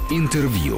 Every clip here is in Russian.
Интервью.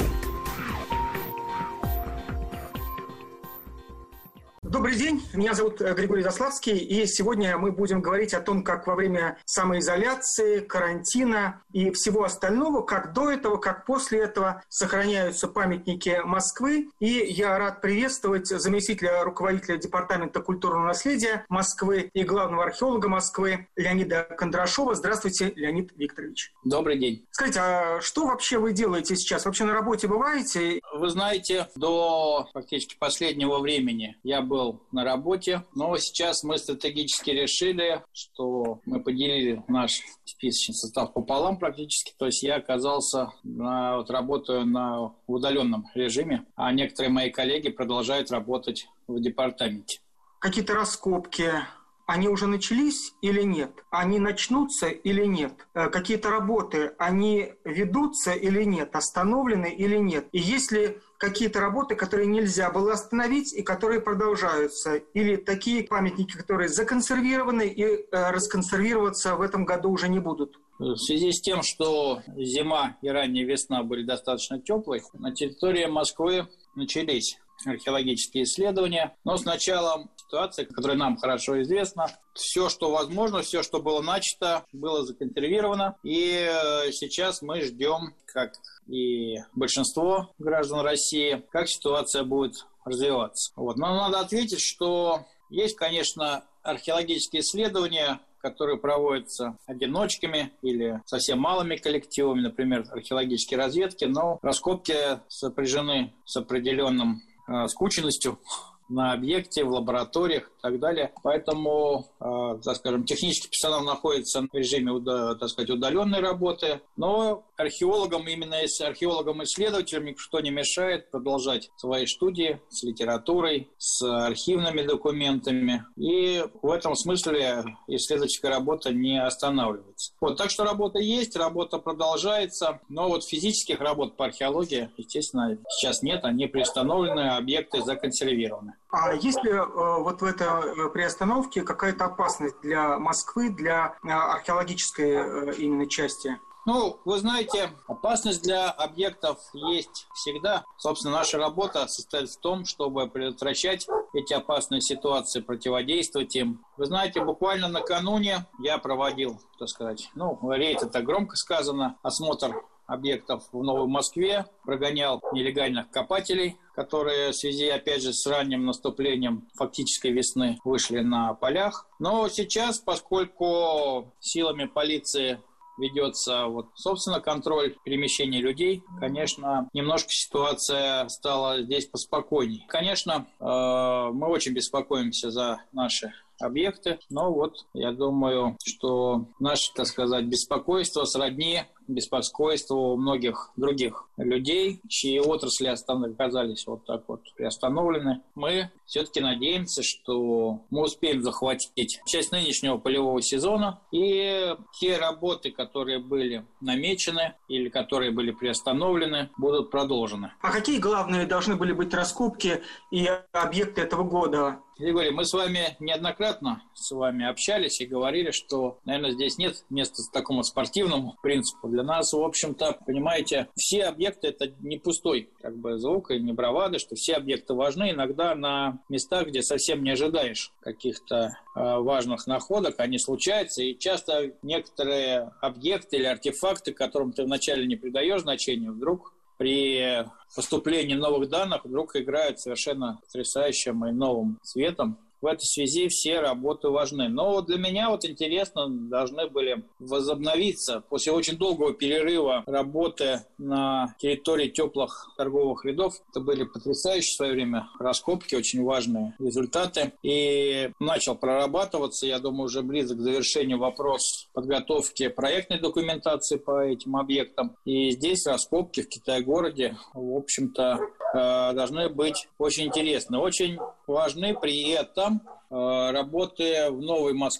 Добрый день, меня зовут Григорий Заславский, и сегодня мы будем говорить о том, как во время самоизоляции, карантина и всего остального, как до этого, как после этого сохраняются памятники Москвы. И я рад приветствовать заместителя руководителя Департамента культурного наследия Москвы и главного археолога Москвы Леонида Кондрашова. Здравствуйте, Леонид Викторович. Добрый день. Скажите, а что вообще вы делаете сейчас? Вообще на работе бываете? Вы знаете, до фактически последнего времени я был на работе, но сейчас мы стратегически решили, что мы поделили наш списочный состав пополам практически, то есть я оказался, работаю в удаленном режиме, а некоторые мои коллеги продолжают работать в департаменте. Какие-то раскопки, они уже начались или нет? Они начнутся или нет? Какие-то работы, они ведутся или нет? Остановлены или нет? И есть ли какие-то работы, которые нельзя было остановить и которые продолжаются? Или такие памятники, которые законсервированы и расконсервироваться в этом году уже не будут? В связи с тем, что зима и ранняя весна были достаточно теплые, на территории Москвы начались археологические исследования, но с началом ситуации, которая нам хорошо известна, все, что возможно, все, что было начато, было законсервировано, и сейчас мы ждем, как и большинство граждан России, как ситуация будет развиваться. Но надо ответить, что есть, конечно, археологические исследования, которые проводятся одиночками или совсем малыми коллективами, например, археологические разведки, но раскопки сопряжены с определенным скученностью на объекте, в лабораториях и так далее. Поэтому, технический персонал находится в режиме, удаленной работы. Но археологам, именно археологам-исследователям никто не мешает продолжать свои студии с литературой, с архивными документами. И в этом смысле исследовательская работа не останавливается. Так что работа есть, работа продолжается. Но физических работ по археологии, естественно, сейчас нет. Они приостановлены, объекты законсервированы. А есть ли в этой приостановке какая-то опасность для Москвы, для археологической именно части? Вы знаете, опасность для объектов есть всегда. Собственно, наша работа состоит в том, чтобы предотвращать эти опасные ситуации, противодействовать им. Вы знаете, буквально накануне я проводил, рейд, это громко сказано, осмотр объектов в Новой Москве, прогонял нелегальных копателей, которые в связи, опять же, с ранним наступлением фактической весны вышли на полях. Но сейчас, поскольку силами полиции ведется, собственно, контроль перемещения людей, конечно, немножко ситуация стала здесь поспокойней. Конечно, мы очень беспокоимся за наши объекты, но я думаю, что наше, беспокойство сродни беспокойству многих других людей, чьи отрасли оказались приостановлены. Мы все-таки надеемся, что мы успеем захватить часть нынешнего полевого сезона, и те работы, которые были намечены или которые были приостановлены, будут продолжены. А какие главные должны были быть раскопки и объекты этого года? Григорий, мы с вами неоднократно общались и говорили, что, наверное, здесь нет места такому спортивному принципу. Для нас, в общем-то, понимаете, все объекты — это не пустой звук и не бравада, что все объекты важны. Иногда на местах, где совсем не ожидаешь каких-то важных находок, они случаются, и часто некоторые объекты или артефакты, которым ты вначале не придаешь значения, вдруг при поступлении новых данных вдруг играют совершенно потрясающим и новым цветом. В этой связи все работы важны. Но для меня интересно, должны были возобновиться после очень долгого перерыва работы на территории теплых торговых рядов. Это были потрясающие в свое время раскопки, очень важные результаты. И начал прорабатываться, я думаю, уже близок к завершению вопрос подготовки проектной документации по этим объектам. И здесь раскопки в Китай-городе, в общем-то, должны быть очень интересны. Очень важны при этом работы в Новой Москве,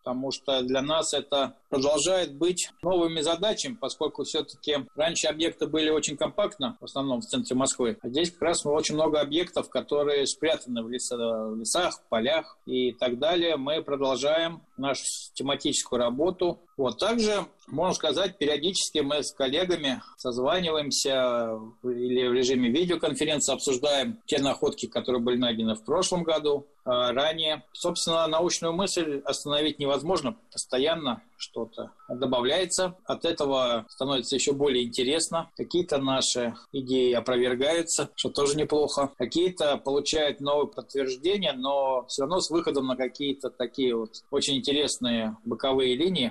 потому что для нас это продолжает быть новыми задачами, поскольку все-таки раньше объекты были очень компактно, в основном в центре Москвы, а здесь как раз очень много объектов, которые спрятаны в лесах, в полях и так далее. Мы продолжаем нашу тематическую работу. Также, можно сказать, периодически мы с коллегами созваниваемся или в режиме видеоконференции обсуждаем те находки, которые были найдены в прошлом году, ранее. Собственно, научную мысль остановить невозможно. Постоянно что-то добавляется. От этого становится еще более интересно. Какие-то наши идеи опровергаются, что тоже неплохо. Какие-то получают новые подтверждения, но все равно с выходом на какие-то такие очень интересные боковые линии.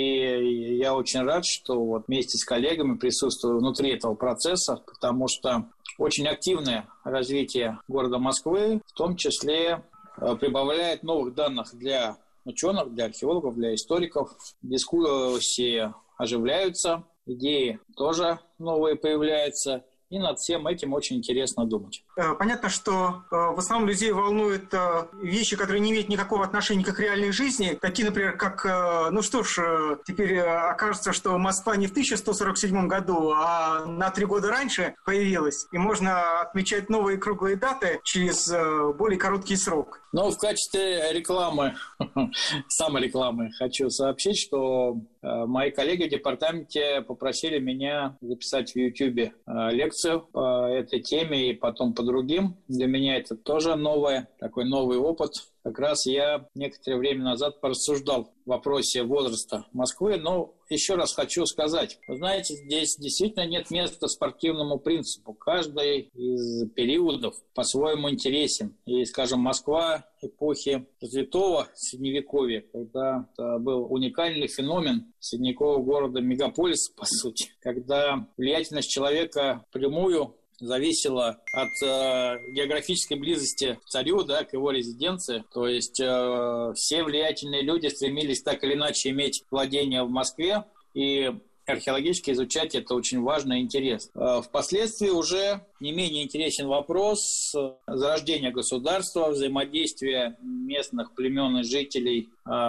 И я очень рад, что вместе с коллегами присутствую внутри этого процесса, потому что очень активное развитие города Москвы, в том числе прибавляет новых данных для ученых, для археологов, для историков. Дискуссии оживляются, идеи тоже новые появляются. И над всем этим очень интересно думать. Понятно, что в основном людей волнуют вещи, которые не имеют никакого отношения к их реальной жизни. Такие, например, как, теперь окажется, что Москва не в 1147 году, а на 3 года раньше появилась. И можно отмечать новые круглые даты через более короткий срок. В качестве рекламы, саморекламы, хочу сообщить, что мои коллеги в департаменте попросили меня записать в YouTube лекцию по этой теме и потом по другим. Для меня это тоже такой новый опыт. Как раз я некоторое время назад порассуждал в вопросе возраста Москвы, но еще раз хочу сказать, вы знаете, здесь действительно нет места спортивному принципу. Каждый из периодов по-своему интересен. И, скажем, Москва эпохи развитого Средневековья, когда это был уникальный феномен средневекового города-мегаполиса, по сути, когда влиятельность человека прямую зависело от географической близости к царю, к его резиденции. То есть все влиятельные люди стремились так или иначе иметь владение в Москве, и археологически изучать это очень важно и интересно. Впоследствии уже не менее интересен вопрос зарождения государства, взаимодействия местных племен и жителей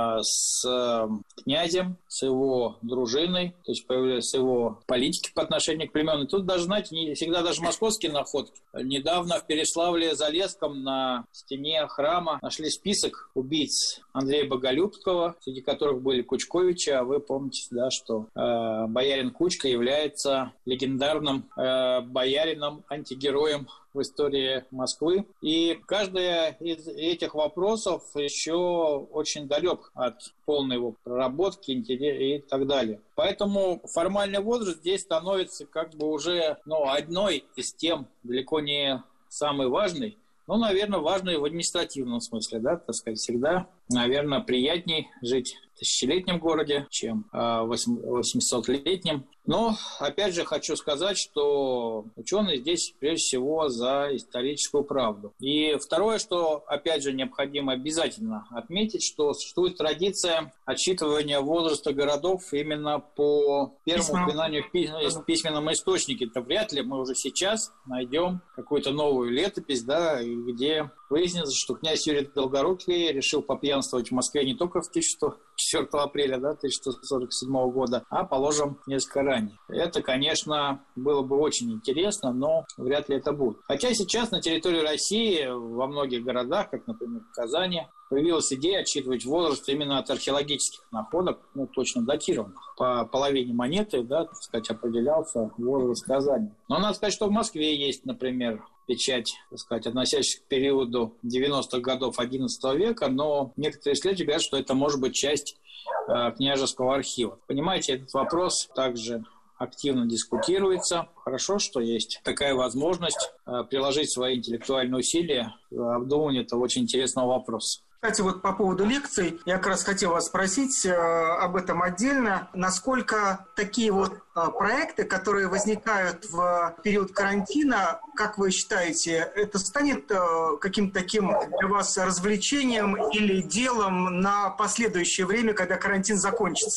с князем, с его дружиной, то есть появляются его политики по отношению к племенам. И тут даже, знаете, не всегда даже московские находки. Недавно в Переславле-Залесском на стене храма нашли список убийц Андрея Боголюбского, среди которых были Кучковичи, а вы помните, что боярин Кучка является легендарным боярином, антигероем в истории Москвы. И каждый из этих вопросов еще очень далек от полной его проработки и так далее. Поэтому формальный возраст здесь становится уже одной из тем, далеко не самой важной, но, наверное, важной в административном смысле, всегда, наверное, приятней жить в тысячелетнем городе, чем в 800-летнем. Но, опять же, хочу сказать, что ученые здесь, прежде всего, за историческую правду. И второе, что, опять же, необходимо обязательно отметить, что существует традиция отсчитывания возраста городов именно по первому упоминанию в письменном источнике. Это вряд ли мы уже сейчас найдем какую-то новую летопись, где выяснится, что князь Юрий Долгорукий решил попьянствовать в Москве не только в 4 апреля 1147 года, а, положим, несколько ранее. Это, конечно, было бы очень интересно, но вряд ли это будет. Хотя сейчас на территории России во многих городах, как, например, в Казани, появилась идея отсчитывать возраст именно от археологических находок, точно датированных. По половине монеты, определялся возраст Казани. Но надо сказать, что в Москве есть, например, печать, относящаяся к периоду 90-х годов XI века, но некоторые исследователи говорят, что это может быть часть княжеского архива. Понимаете, этот вопрос также активно дискутируется. Хорошо, что есть такая возможность приложить свои интеллектуальные усилия в обдумывание этого очень интересного вопроса. Кстати, по поводу лекций, я как раз хотел вас спросить об этом отдельно. Насколько такие проекты, которые возникают в период карантина, как вы считаете, это станет каким-то таким для вас развлечением или делом на последующее время, когда карантин закончится?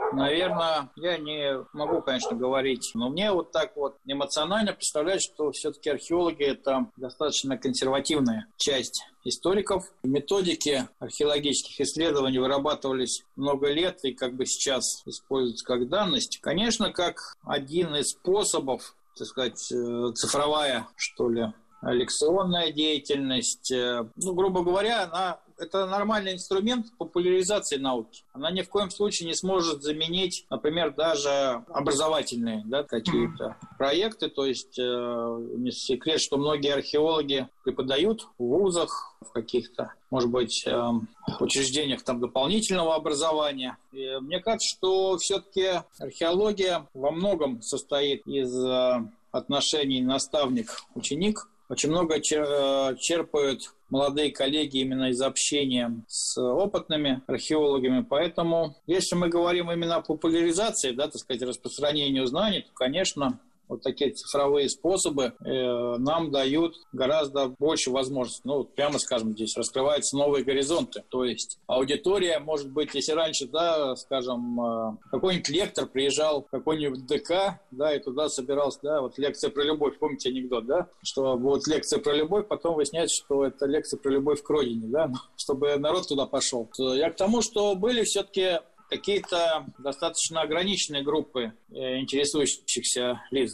Наверное, я не могу, конечно, говорить, но мне вот так вот эмоционально представляет, что все-таки археологи – это достаточно консервативная часть историков. Методики археологических исследований вырабатывались много лет и как бы сейчас используются как данность. Конечно, как один из способов, так сказать, цифровая, что ли, лекционная деятельность, грубо говоря, это нормальный инструмент популяризации науки. Она ни в коем случае не сможет заменить, например, даже образовательные какие-то проекты. То есть не секрет, что многие археологи преподают в вузах, в каких-то, может быть, учреждениях дополнительного образования. И мне кажется, что все-таки археология во многом состоит из отношений наставник-ученик. Очень много черпают молодые коллеги именно из общения с опытными археологами. Поэтому, если мы говорим именно о популяризации, распространению знаний, то, конечно, вот такие цифровые способы нам дают гораздо больше возможностей. Прямо скажем, здесь раскрываются новые горизонты. То есть аудитория, может быть, если раньше, какой-нибудь лектор приезжал в какой-нибудь ДК, и туда собирался, лекция про любовь. Помните анекдот, что будет лекция про любовь, потом выясняется, что это лекция про любовь к родине, чтобы народ туда пошел. Я к тому, что были все-таки какие-то достаточно ограниченные группы интересующихся лиц,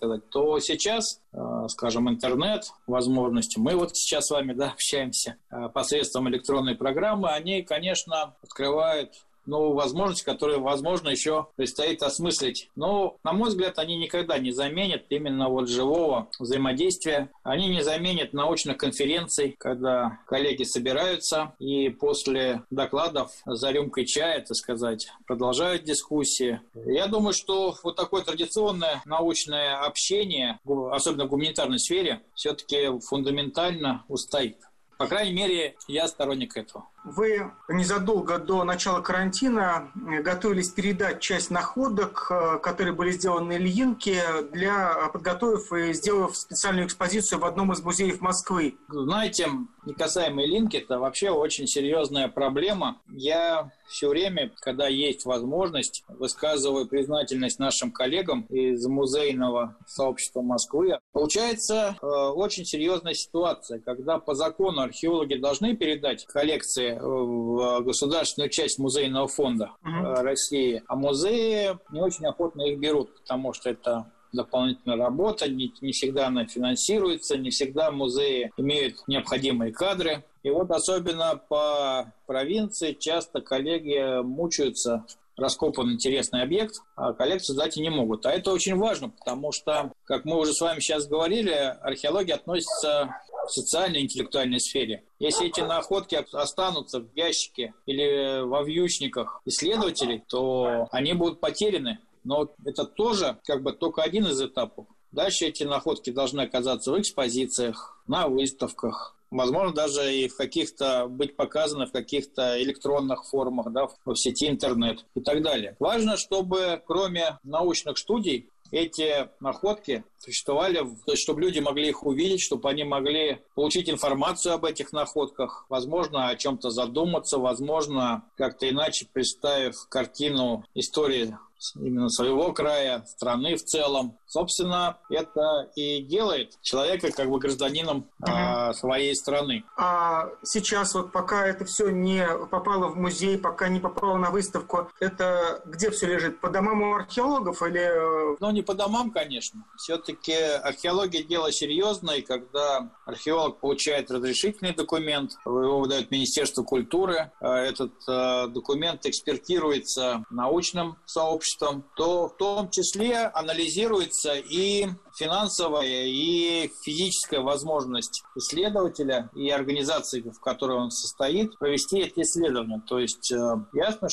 то сейчас, интернет, возможности. Мы вот сейчас с вами, общаемся посредством электронной программы. Они, конечно, открывают новую возможность, которую, возможно, еще предстоит осмыслить. Но, на мой взгляд, они никогда не заменят именно живого взаимодействия. Они не заменят научных конференций, когда коллеги собираются и после докладов за рюмкой чая, продолжают дискуссии. Я думаю, что вот такое традиционное научное общение, особенно в гуманитарной сфере, все-таки фундаментально устоит. По крайней мере, я сторонник этого. Вы незадолго до начала карантина готовились передать часть находок, которые были сделаны Ильинке, подготовив и сделав специальную экспозицию в одном из музеев Москвы. Знаете, не касаемо Ильинки, это вообще очень серьезная проблема. Я все время, когда есть возможность, высказываю признательность нашим коллегам из музейного сообщества Москвы. Получается очень серьезная ситуация, когда по закону археологи должны передать коллекции в государственную часть музейного фонда России, а музеи не очень охотно их берут, потому что это дополнительная работа, не всегда она финансируется, не всегда музеи имеют необходимые кадры. И вот особенно по провинции часто коллеги мучаются, раскопан интересный объект, а коллекцию сдать и не могут. А это очень важно, потому что, как мы уже с вами сейчас говорили, археология относится к социально-интеллектуальной сфере. Если эти находки останутся в ящике или во вьючниках исследователей, то они будут потеряны. Но это тоже только один из этапов. Дальше эти находки должны оказаться в экспозициях, на выставках. Возможно, даже и быть показаны в каких-то электронных формах, в сети интернет и так далее. Важно, чтобы кроме научных студий эти находки существовали, то есть чтобы люди могли их увидеть, чтобы они могли получить информацию об этих находках, возможно, о чем-то задуматься, возможно, как-то иначе представив картину истории именно своего края, страны в целом. Собственно, это и делает человека гражданином своей страны. А сейчас, пока это все не попало в музей, пока не попало на выставку, это где все лежит? По домам у археологов или... Не по домам, конечно. Все-таки археология дело серьезное, и когда археолог получает разрешительный документ, его выдает Министерство культуры, этот документ экспертируется научным сообществом, то в том числе анализируется и финансовая, и физическая возможность исследователя и организации, в которой он состоит, провести эти исследования. То есть ясно,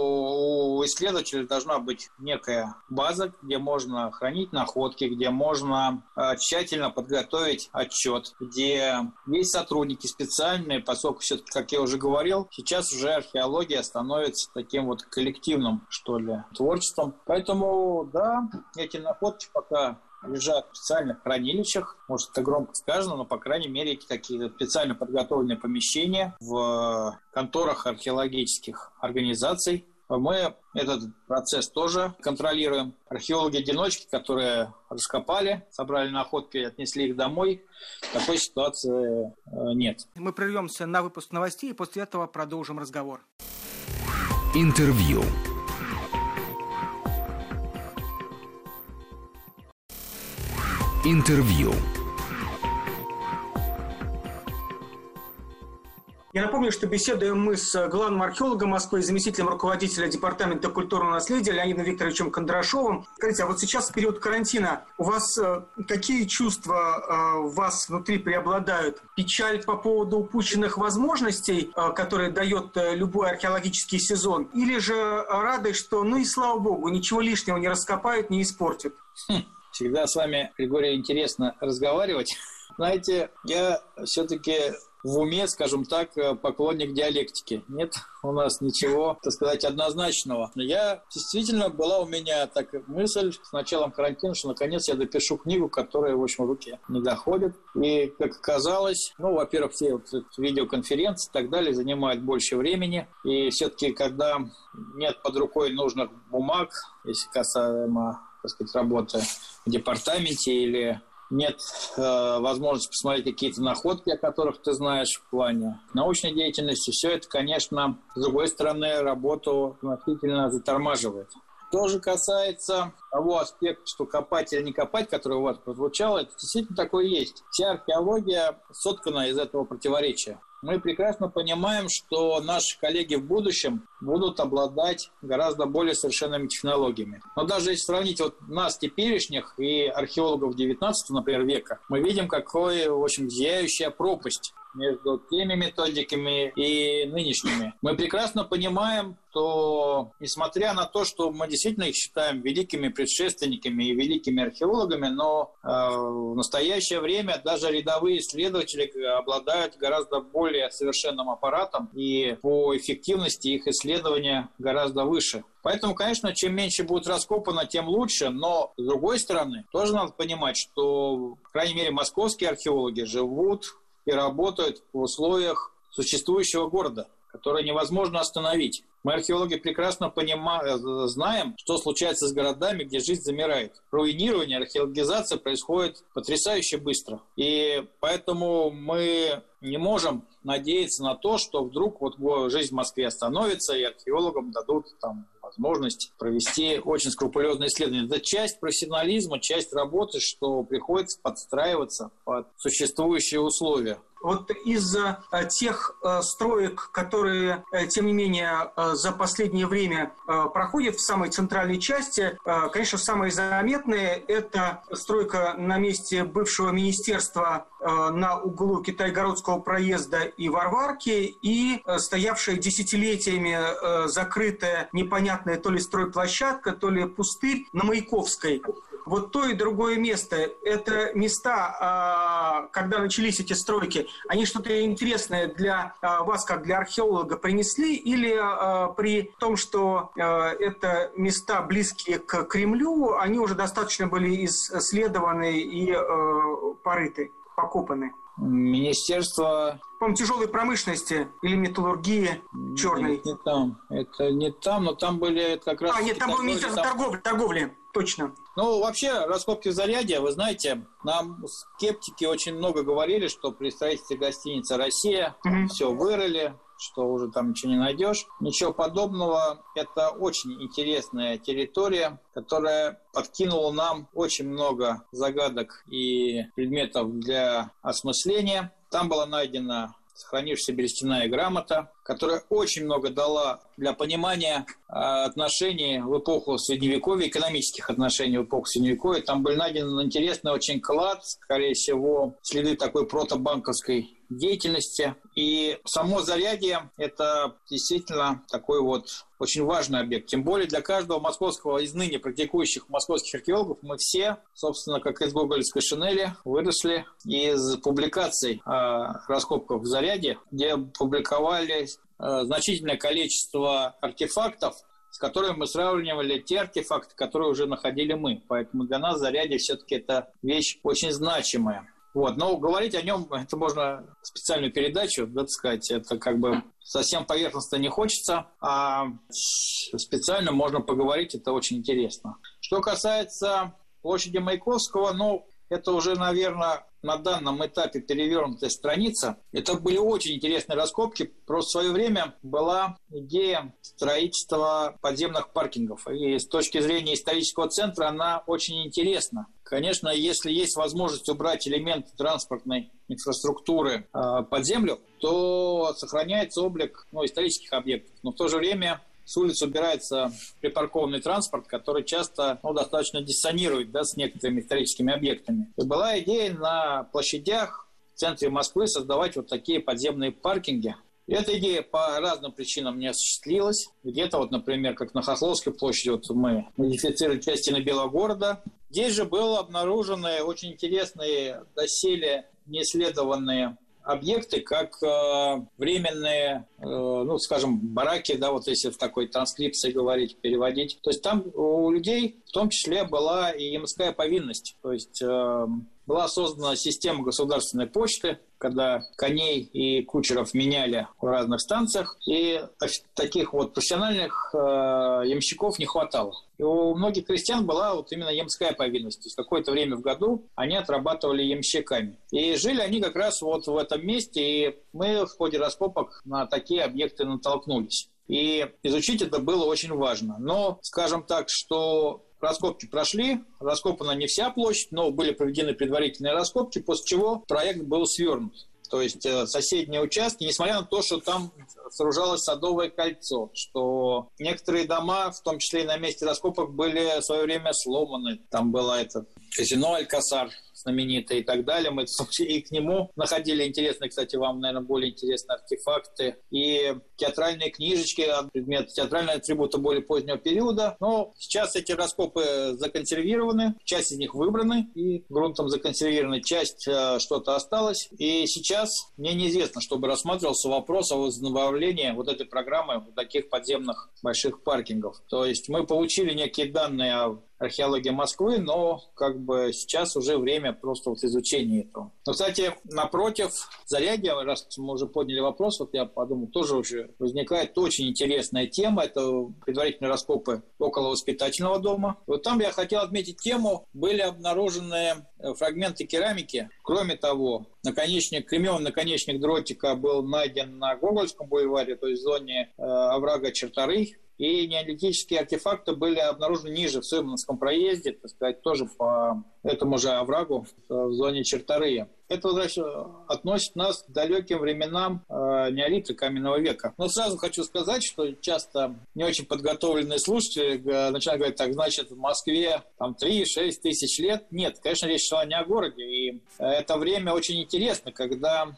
что у исследователя должна быть некая база, где можно хранить находки, где можно тщательно подготовить отчет, где есть сотрудники специальные, поскольку все-таки, как я уже говорил, сейчас уже археология становится таким коллективным, творчеством. Поэтому, эти находки пока лежат в специальных хранилищах. Может, это громко сказано, но, по крайней мере, эти такие специально подготовленные помещения в конторах археологических организаций Мы этот процесс тоже контролируем. Археологи-одиночки, которые раскопали, собрали находки и отнесли их домой, такой ситуации нет. Мы прервемся на выпуск новостей и после этого продолжим разговор. Интервью. Интервью. Я напомню, что беседуем мы с главным археологом Москвы и заместителем руководителя Департамента культурного наследия Леонидом Викторовичем Кондрашовым. Скажите, а вот сейчас в период карантина у вас какие чувства у вас внутри преобладают? Печаль по поводу упущенных возможностей, которые дает любой археологический сезон? Или же радость, что, ну и слава богу, ничего лишнего не раскопают, не испортят? Всегда с вами, Григорий, интересно разговаривать. Знаете, я все-таки в уме, скажем так, поклонник диалектики. Нет у нас ничего, так сказать, однозначного. Действительно, была у меня так мысль с началом карантина, что наконец я допишу книгу, которая, в общем, в руки не доходит. И, как оказалось, во-первых, все вот видеоконференции и так далее занимают больше времени. И все-таки, когда нет под рукой нужных бумаг, если касаемо, так сказать, работы в департаменте или нет возможности посмотреть какие-то находки, о которых ты знаешь в плане научной деятельности, все это, конечно, с другой стороны, работу значительно затормаживает. Что же касается того аспекта, что копать или не копать, который у вас прозвучал, это действительно такое есть. Вся археология соткана из этого противоречия. Мы прекрасно понимаем, что наши коллеги в будущем будут обладать гораздо более совершенными технологиями. Но даже если сравнить вот нас теперешних и археологов 19, например, века, мы видим, какой, в общем, зияющая пропасть между теми методиками и нынешними. Мы прекрасно понимаем, что, несмотря на то, что мы действительно их считаем великими предшественниками и великими археологами, но в настоящее время даже рядовые исследователи обладают гораздо более совершенным аппаратом, и по эффективности их исследования гораздо выше. Поэтому, конечно, чем меньше будет раскопано, тем лучше, но, с другой стороны, тоже надо понимать, что, по крайней мере, московские археологи живут и работают в условиях существующего города, который невозможно остановить. Мы, археологи, прекрасно знаем, что случается с городами, где жизнь замирает. Руинирование, археологизация происходит потрясающе быстро. И поэтому мы не можем надеяться на то, что вдруг жизнь в Москве остановится, и археологам дадут возможность провести очень скрупулезное исследование. Это часть профессионализма, часть работы, что приходится подстраиваться под существующие условия. Вот из-за тех строек, которые, тем не менее, за последнее время проходят в самой центральной части, конечно, самые заметные – это стройка на месте бывшего министерства на углу Китайгородского проезда и Варварки и стоявшая десятилетиями закрытая непонятная то ли стройплощадка, то ли пустырь на Маяковской. Вот то и другое место, это места, когда начались эти стройки, они что-то интересное для вас, как для археолога, принесли? Или при том, что это места близкие к Кремлю, они уже достаточно были исследованы и порыты, покопаны? Министерство... По-моему, тяжелой промышленности или металлургии черной. Нет, не там. Это не там, но там были как раз... Нет, там было Министерство торговли, точно. Вообще, раскопки в Зарядье, вы знаете, нам скептики очень много говорили, что при строительстве гостиницы «Россия» все вырыли, что уже там ничего не найдешь. Ничего подобного. Это очень интересная территория, которая подкинула нам очень много загадок и предметов для осмысления. Там была найдена сохранившаяся берестяная грамота, которая очень много дала для понимания отношений в эпоху Средневековья, экономических отношений в эпоху Средневековья. Там был найден интересный очень клад, скорее всего, следы такой протобанковской деятельности. И само Зарядье – это действительно такой очень важный объект. Тем более для каждого московского из ныне практикующих московских археологов мы все, собственно, как из гоголевской шинели, выросли из публикаций о раскопках в Зарядье, где публиковались значительное количество артефактов, с которыми мы сравнивали те артефакты, которые уже находили мы. Поэтому для нас Зарядье все-таки это вещь очень значимая. Вот. Но говорить о нем, это можно специальную передачу, да, так сказать, это как бы совсем поверхностно не хочется, а специально можно поговорить, это очень интересно. Что касается площади Маяковского, это уже, наверное, на данном этапе перевернутая страница. Это были очень интересные раскопки. Просто в свое время была идея строительства подземных паркингов. И с точки зрения исторического центра она очень интересна. Конечно, если есть возможность убрать элементы транспортной инфраструктуры под землю, то сохраняется облик исторических объектов. Но в то же время с улицы убирается припаркованный транспорт, который часто достаточно диссонирует, с некоторыми историческими объектами. И была идея на площадях в центре Москвы создавать вот такие подземные паркинги. И эта идея по разным причинам не осуществилась. Где-то, например, как на Хохловской площади, мы модифицировали части Белого города. Здесь же были обнаружены очень интересные, доселе неисследованные объекты, как временные, бараки, если в такой транскрипции говорить, переводить. То есть там у людей в том числе была и ямская повинность. То есть была создана система государственной почты, когда коней и кучеров меняли в разных станциях, и таких профессиональных ямщиков не хватало. И у многих крестьян была именно ямская повинность. То есть какое-то время в году они отрабатывали ямщиками. И жили они как раз в этом месте, и мы в ходе раскопок на такие объекты натолкнулись. И изучить это было очень важно. Но, скажем так, что раскопки прошли, раскопана не вся площадь, но были проведены предварительные раскопки, после чего проект был свернут. То есть соседние участки, несмотря на то, что там сооружалось Садовое кольцо, что некоторые дома, в том числе и на месте раскопок, были в свое время сломаны. Там было казино «Алькасар» знаменитое и так далее. Мы и к нему находили интересные, кстати, вам, наверное, более интересные артефакты. И театральные книжечки, предметы театрального атрибута более позднего периода. Но сейчас эти раскопы законсервированы, часть из них выбраны и грунтом законсервированы, часть что-то осталось. И сейчас мне неизвестно, чтобы рассматривался вопрос о возобновлении этой программы таких подземных больших паркингов. То есть мы получили некие данные о археологии Москвы, но сейчас уже время просто изучения этого. Но, кстати, напротив Зарядье, раз мы уже подняли вопрос, я подумал, тоже уже возникает очень интересная тема. Это предварительные раскопы около воспитательного дома. Там я хотел отметить тему, были обнаружены фрагменты керамики. Кроме того, кремневый наконечник дротика был найден на Гогольском бульваре, то есть в зоне оврага Черторый. И неолитические артефакты были обнаружены ниже, в Сырмановском проезде, тоже по этому же оврагу в зоне Черторыя. Это относит нас к далеким временам неолита, каменного века. Но сразу хочу сказать, что часто не очень подготовленные слушатели начинают говорить, значит, в Москве 3-6 тысяч лет. Нет, конечно, речь шла не о городе. И это время очень интересно, когда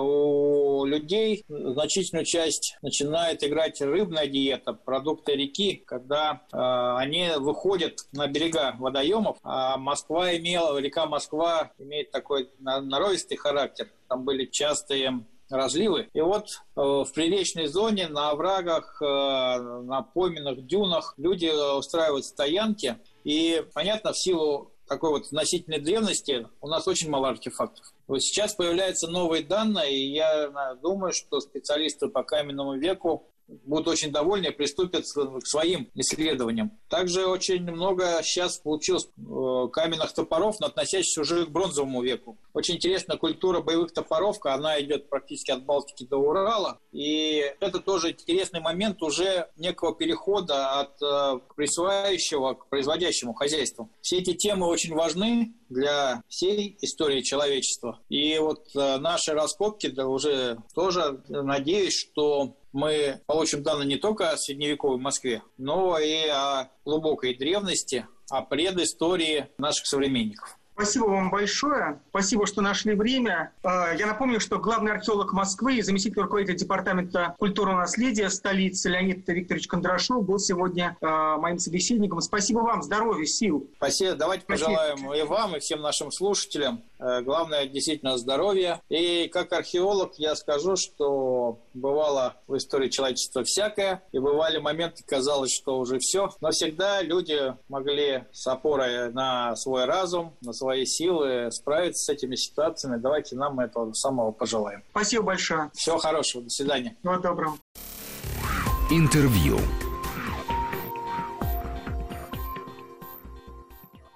у людей значительную часть начинает играть рыбная диета, продукты реки, когда они выходят на берега водоемов, а река Москва имеет такой норовистый характер. Там были частые разливы. И в приречной зоне, на оврагах, на пойменных дюнах люди устраивают стоянки. И, понятно, в силу такой относительной древности у нас очень мало артефактов. Сейчас появляются новые данные, и я думаю, что специалисты по каменному веку будут очень довольны и приступят к своим исследованиям. Также очень много сейчас получилось каменных топоров, но относящихся уже к бронзовому веку. Очень интересная культура боевых топоров, она идет практически от Балтики до Урала. И это тоже интересный момент уже некого перехода от присваивающего к производящему хозяйству. Все эти темы очень важны для всей истории человечества. И наши раскопки уже тоже надеюсь, что мы получим данные не только о средневековой Москве, но и о глубокой древности, о предыстории наших современников. Спасибо вам большое. Спасибо, что нашли время. Я напомню, что главный археолог Москвы и заместитель руководителя департамента культурного наследия столицы Леонид Викторович Кондрашов был сегодня моим собеседником. Спасибо вам, здоровья, сил. Спасибо. Давайте пожелаем и вам, и всем нашим слушателям. Главное, действительно, здоровья. И как археолог я скажу, что бывало в истории человечества всякое, и бывали моменты, казалось, что уже все. Но всегда люди могли с опорой на свой разум, на свое свои силы справиться с этими ситуациями. Давайте нам этого самого пожелаем. Спасибо большое. Всего хорошего. До свидания. Всего доброго. Интервью.